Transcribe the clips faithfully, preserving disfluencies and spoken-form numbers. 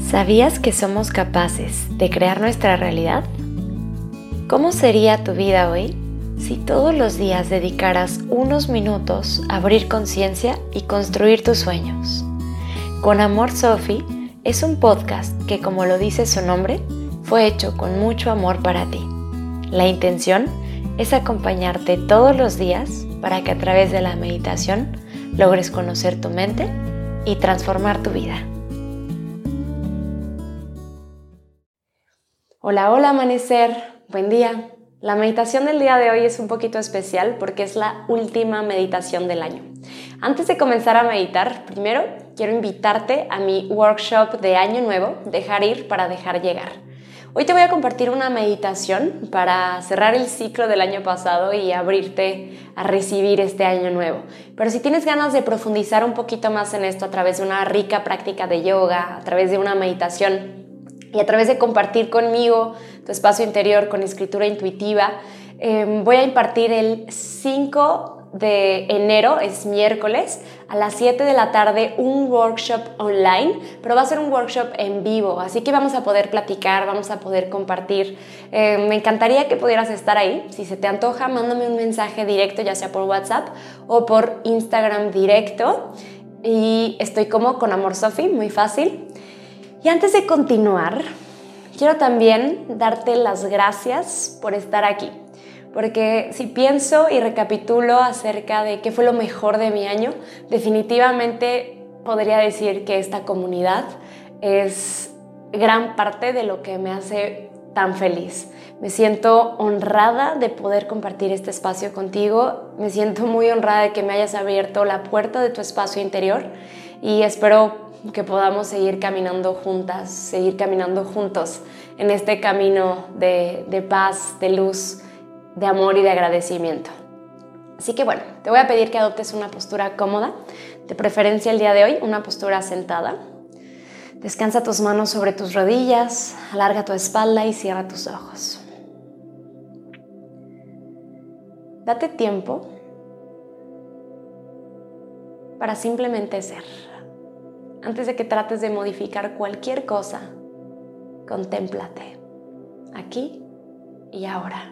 ¿Sabías que somos capaces de crear nuestra realidad? ¿Cómo sería tu vida hoy si todos los días dedicaras unos minutos a abrir conciencia y construir tus sueños? Con Amor Sofi es un podcast que, como lo dice su nombre, fue hecho con mucho amor para ti. La intención es acompañarte todos los días para que a través de la meditación logres conocer tu mente y transformar tu vida. Hola, hola amanecer, buen día. La meditación del día de hoy es un poquito especial porque es la última meditación del año. Antes de comenzar a meditar, primero quiero invitarte a mi workshop de Año Nuevo, Dejar Ir para Dejar Llegar. Hoy te voy a compartir una meditación para cerrar el ciclo del año pasado y abrirte a recibir este año nuevo. Pero si tienes ganas de profundizar un poquito más en esto a través de una rica práctica de yoga, a través de una meditación, y a través de compartir conmigo tu espacio interior con escritura intuitiva, eh, voy a impartir el cinco de enero, es miércoles, a las siete de la tarde, un workshop online, pero va a ser un workshop en vivo, así que vamos a poder platicar, vamos a poder compartir. Eh, me encantaría que pudieras estar ahí. Si se te antoja, mándame un mensaje directo, ya sea por WhatsApp o por Instagram directo. Y estoy como con Amor Sofi, muy fácil. Y antes de continuar, quiero también darte las gracias por estar aquí, porque si pienso y recapitulo acerca de qué fue lo mejor de mi año, definitivamente podría decir que esta comunidad es gran parte de lo que me hace tan feliz. Me siento honrada de poder compartir este espacio contigo, me siento muy honrada de que me hayas abierto la puerta de tu espacio interior y espero que podamos seguir caminando juntas, seguir caminando juntos en este camino de, de paz, de luz, de amor y de agradecimiento. Así que bueno, te voy a pedir que adoptes una postura cómoda, de preferencia el día de hoy, una postura sentada. Descansa tus manos sobre tus rodillas, alarga tu espalda y cierra tus ojos. Date tiempo para simplemente ser. Antes de que trates de modificar cualquier cosa, contémplate, aquí y ahora.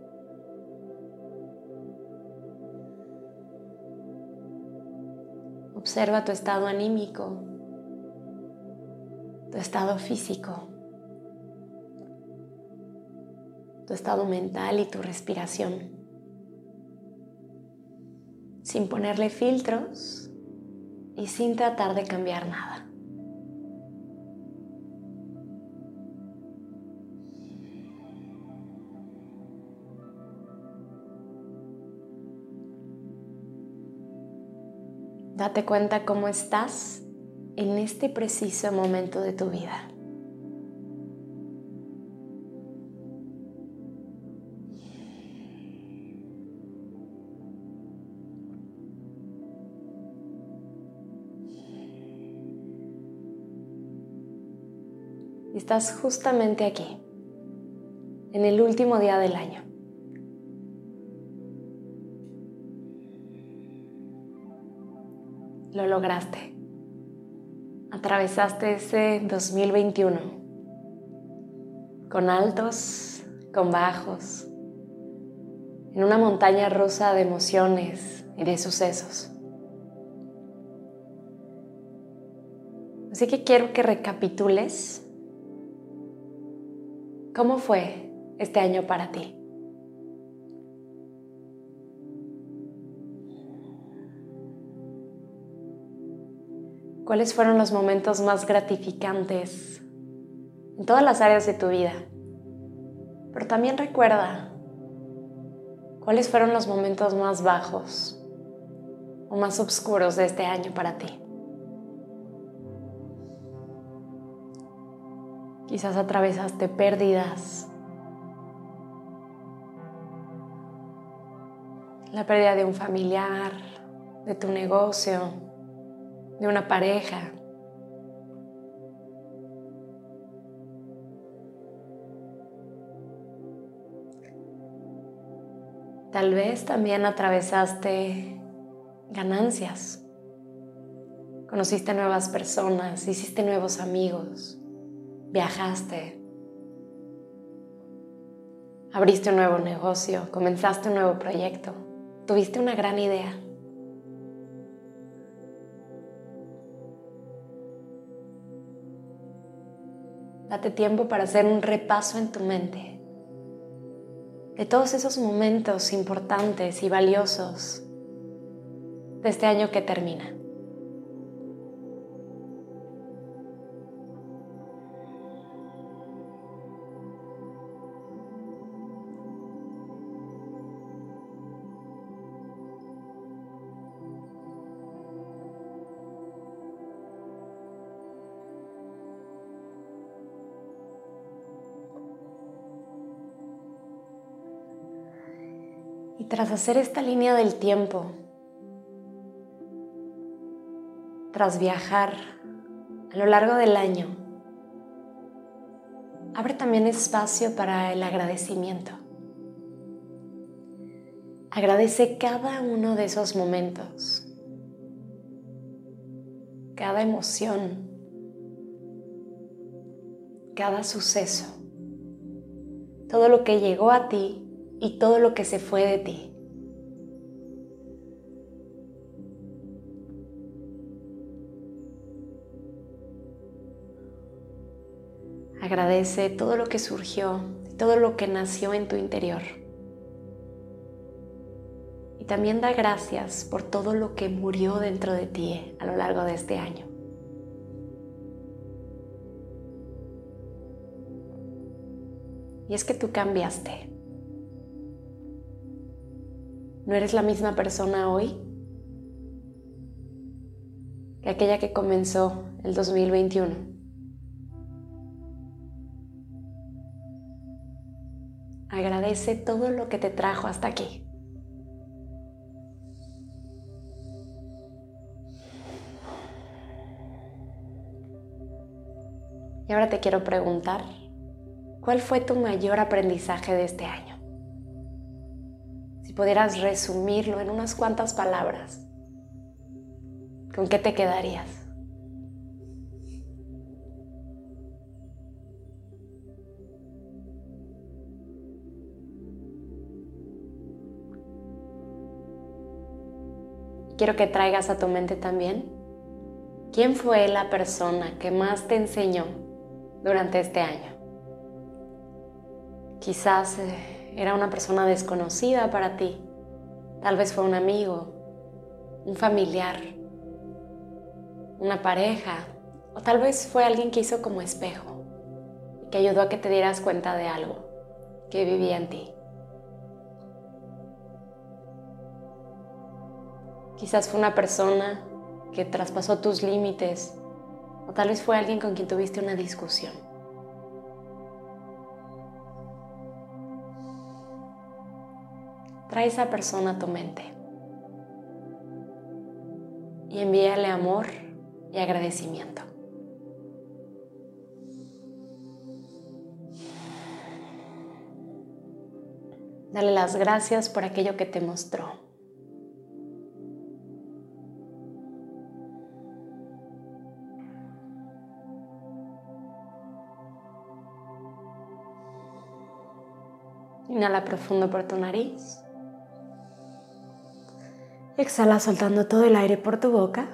Observa tu estado anímico, tu estado físico, tu estado mental y tu respiración, sin ponerle filtros y sin tratar de cambiar nada. Date cuenta cómo estás en este preciso momento de tu vida. Estás justamente aquí, en el último día del año. Lo lograste. Atravesaste ese dos mil veintiuno con altos, con bajos, en una montaña rusa de emociones y de sucesos. Así que quiero que recapitules ¿cómo fue este año para ti? ¿Cuáles fueron los momentos más gratificantes en todas las áreas de tu vida? Pero también recuerda cuáles fueron los momentos más bajos o más oscuros de este año para ti. Quizás atravesaste pérdidas, la pérdida de un familiar, de tu negocio, de una pareja. Tal vez también atravesaste ganancias. Conociste nuevas personas, hiciste nuevos amigos, viajaste, abriste un nuevo negocio, comenzaste un nuevo proyecto, tuviste una gran idea. Date tiempo para hacer un repaso en tu mente de todos esos momentos importantes y valiosos de este año que termina. Y tras hacer esta línea del tiempo, tras viajar a lo largo del año, abre también espacio para el agradecimiento. Agradece cada uno de esos momentos, cada emoción, cada suceso, todo lo que llegó a ti y todo lo que se fue de ti. Agradece todo lo que surgió, todo lo que nació en tu interior. Y también da gracias por todo lo que murió dentro de ti a lo largo de este año. Y es que tú cambiaste. No eres la misma persona hoy que aquella que comenzó el dos mil veintiuno. Agradece todo lo que te trajo hasta aquí. Y ahora te quiero preguntar, ¿cuál fue tu mayor aprendizaje de este año? Si pudieras resumirlo en unas cuantas palabras, ¿con qué te quedarías? Quiero que traigas a tu mente también, ¿quién fue la persona que más te enseñó durante este año? Quizás eh, era una persona desconocida para ti, tal vez fue un amigo, un familiar, una pareja, o tal vez fue alguien que hizo como espejo y que ayudó a que te dieras cuenta de algo que vivía en ti. Quizás fue una persona que traspasó tus límites, o tal vez fue alguien con quien tuviste una discusión. Trae esa persona a tu mente y envíale amor y agradecimiento. Dale las gracias por aquello que te mostró. Inhala profundo por tu nariz. Exhala soltando todo el aire por tu boca.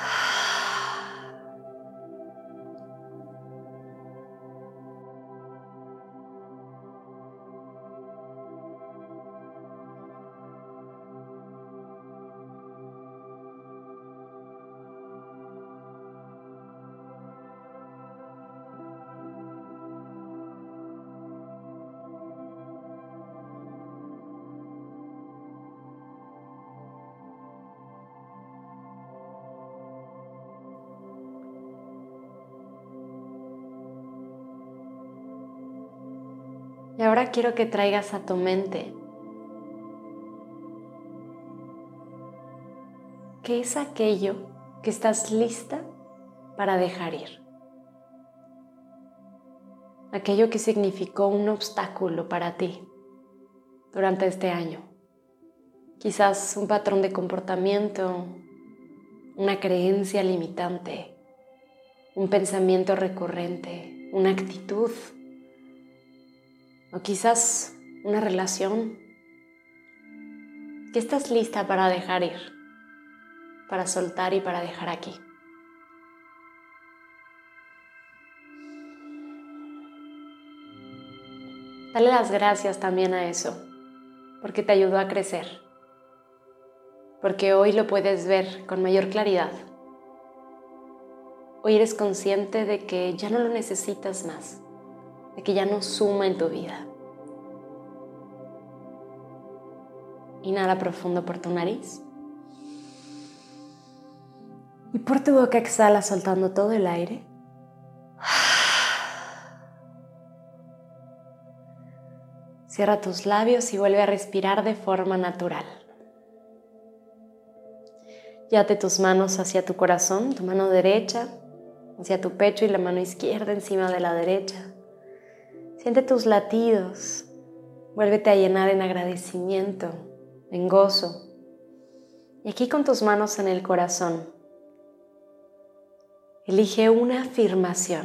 Y ahora quiero que traigas a tu mente qué es aquello que estás lista para dejar ir. Aquello que significó un obstáculo para ti durante este año. Quizás un patrón de comportamiento, una creencia limitante, un pensamiento recurrente, una actitud o quizás una relación que estás lista para dejar ir, para soltar y para dejar aquí. Dale las gracias también a eso, porque te ayudó a crecer, porque hoy lo puedes ver con mayor claridad. Hoy eres consciente de que ya no lo necesitas más, de que ya no suma en tu vida. Inhala profundo por tu nariz. Y por tu boca exhala soltando todo el aire. Cierra tus labios y vuelve a respirar de forma natural. Llévate tus manos hacia tu corazón, tu mano derecha hacia tu pecho y la mano izquierda encima de la derecha. Siente tus latidos. Vuélvete a llenar en agradecimiento, en gozo. Y aquí con tus manos en el corazón, elige una afirmación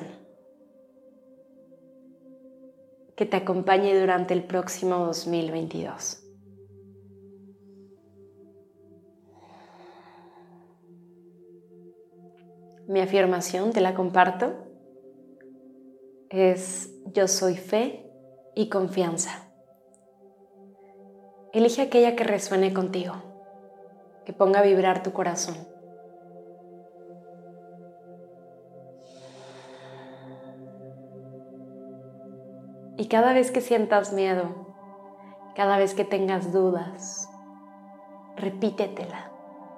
que te acompañe durante el próximo dos mil veintidós. Mi afirmación, te la comparto, es: yo soy fe y confianza. Elige aquella que resuene contigo, que ponga a vibrar tu corazón. Y cada vez que sientas miedo, cada vez que tengas dudas, repítetela.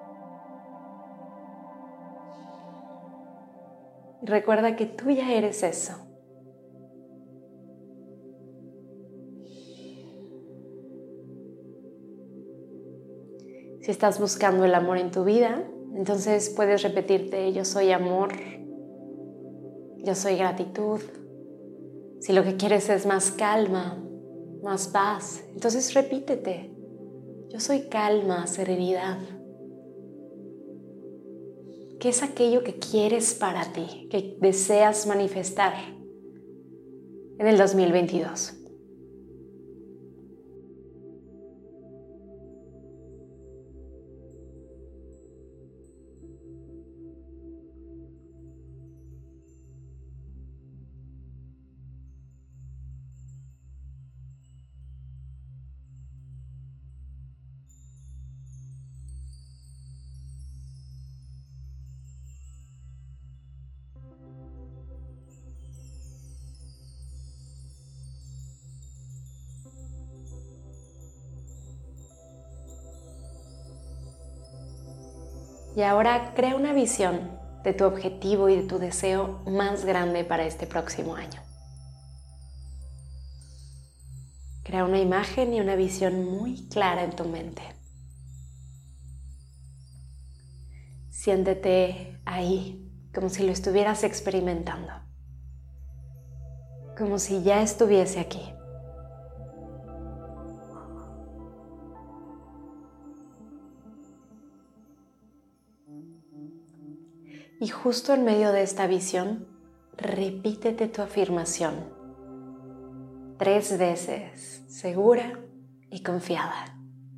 Y recuerda que tú ya eres eso. Si estás buscando el amor en tu vida, entonces puedes repetirte: yo soy amor, yo soy gratitud. Si lo que quieres es más calma, más paz, entonces repítete: yo soy calma, serenidad. ¿Qué es aquello que quieres para ti, que deseas manifestar en el dos mil veintidós? Y ahora crea una visión de tu objetivo y de tu deseo más grande para este próximo año. Crea una imagen y una visión muy clara en tu mente. Siéntete ahí, como si lo estuvieras experimentando, como si ya estuviese aquí. Y justo en medio de esta visión, repítete tu afirmación tres veces, segura y confiada.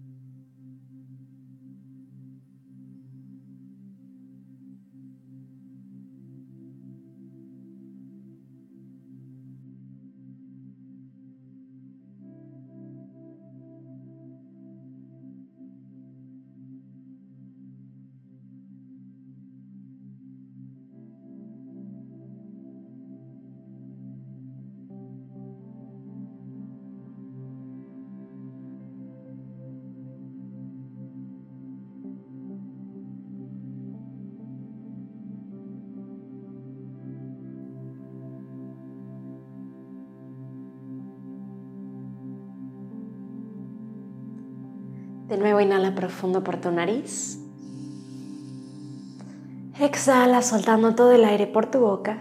De nuevo inhala profundo por tu nariz. Exhala soltando todo el aire por tu boca.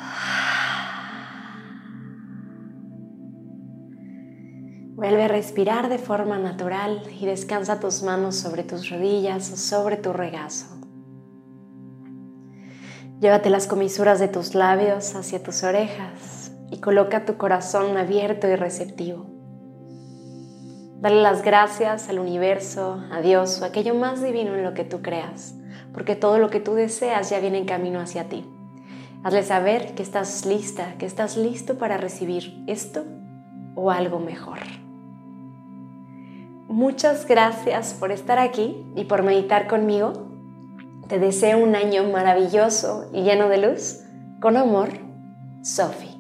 Vuelve a respirar de forma natural y descansa tus manos sobre tus rodillas o sobre tu regazo. Llévate las comisuras de tus labios hacia tus orejas. y coloca tu corazón abierto y receptivo. Dale las gracias al universo, a Dios o a aquello más divino en lo que tú creas, porque todo lo que tú deseas ya viene en camino hacia ti. Hazle saber que estás lista, que estás listo para recibir esto o algo mejor. Muchas gracias por estar aquí y por meditar conmigo. Te deseo un año maravilloso y lleno de luz. Con amor, Sofi.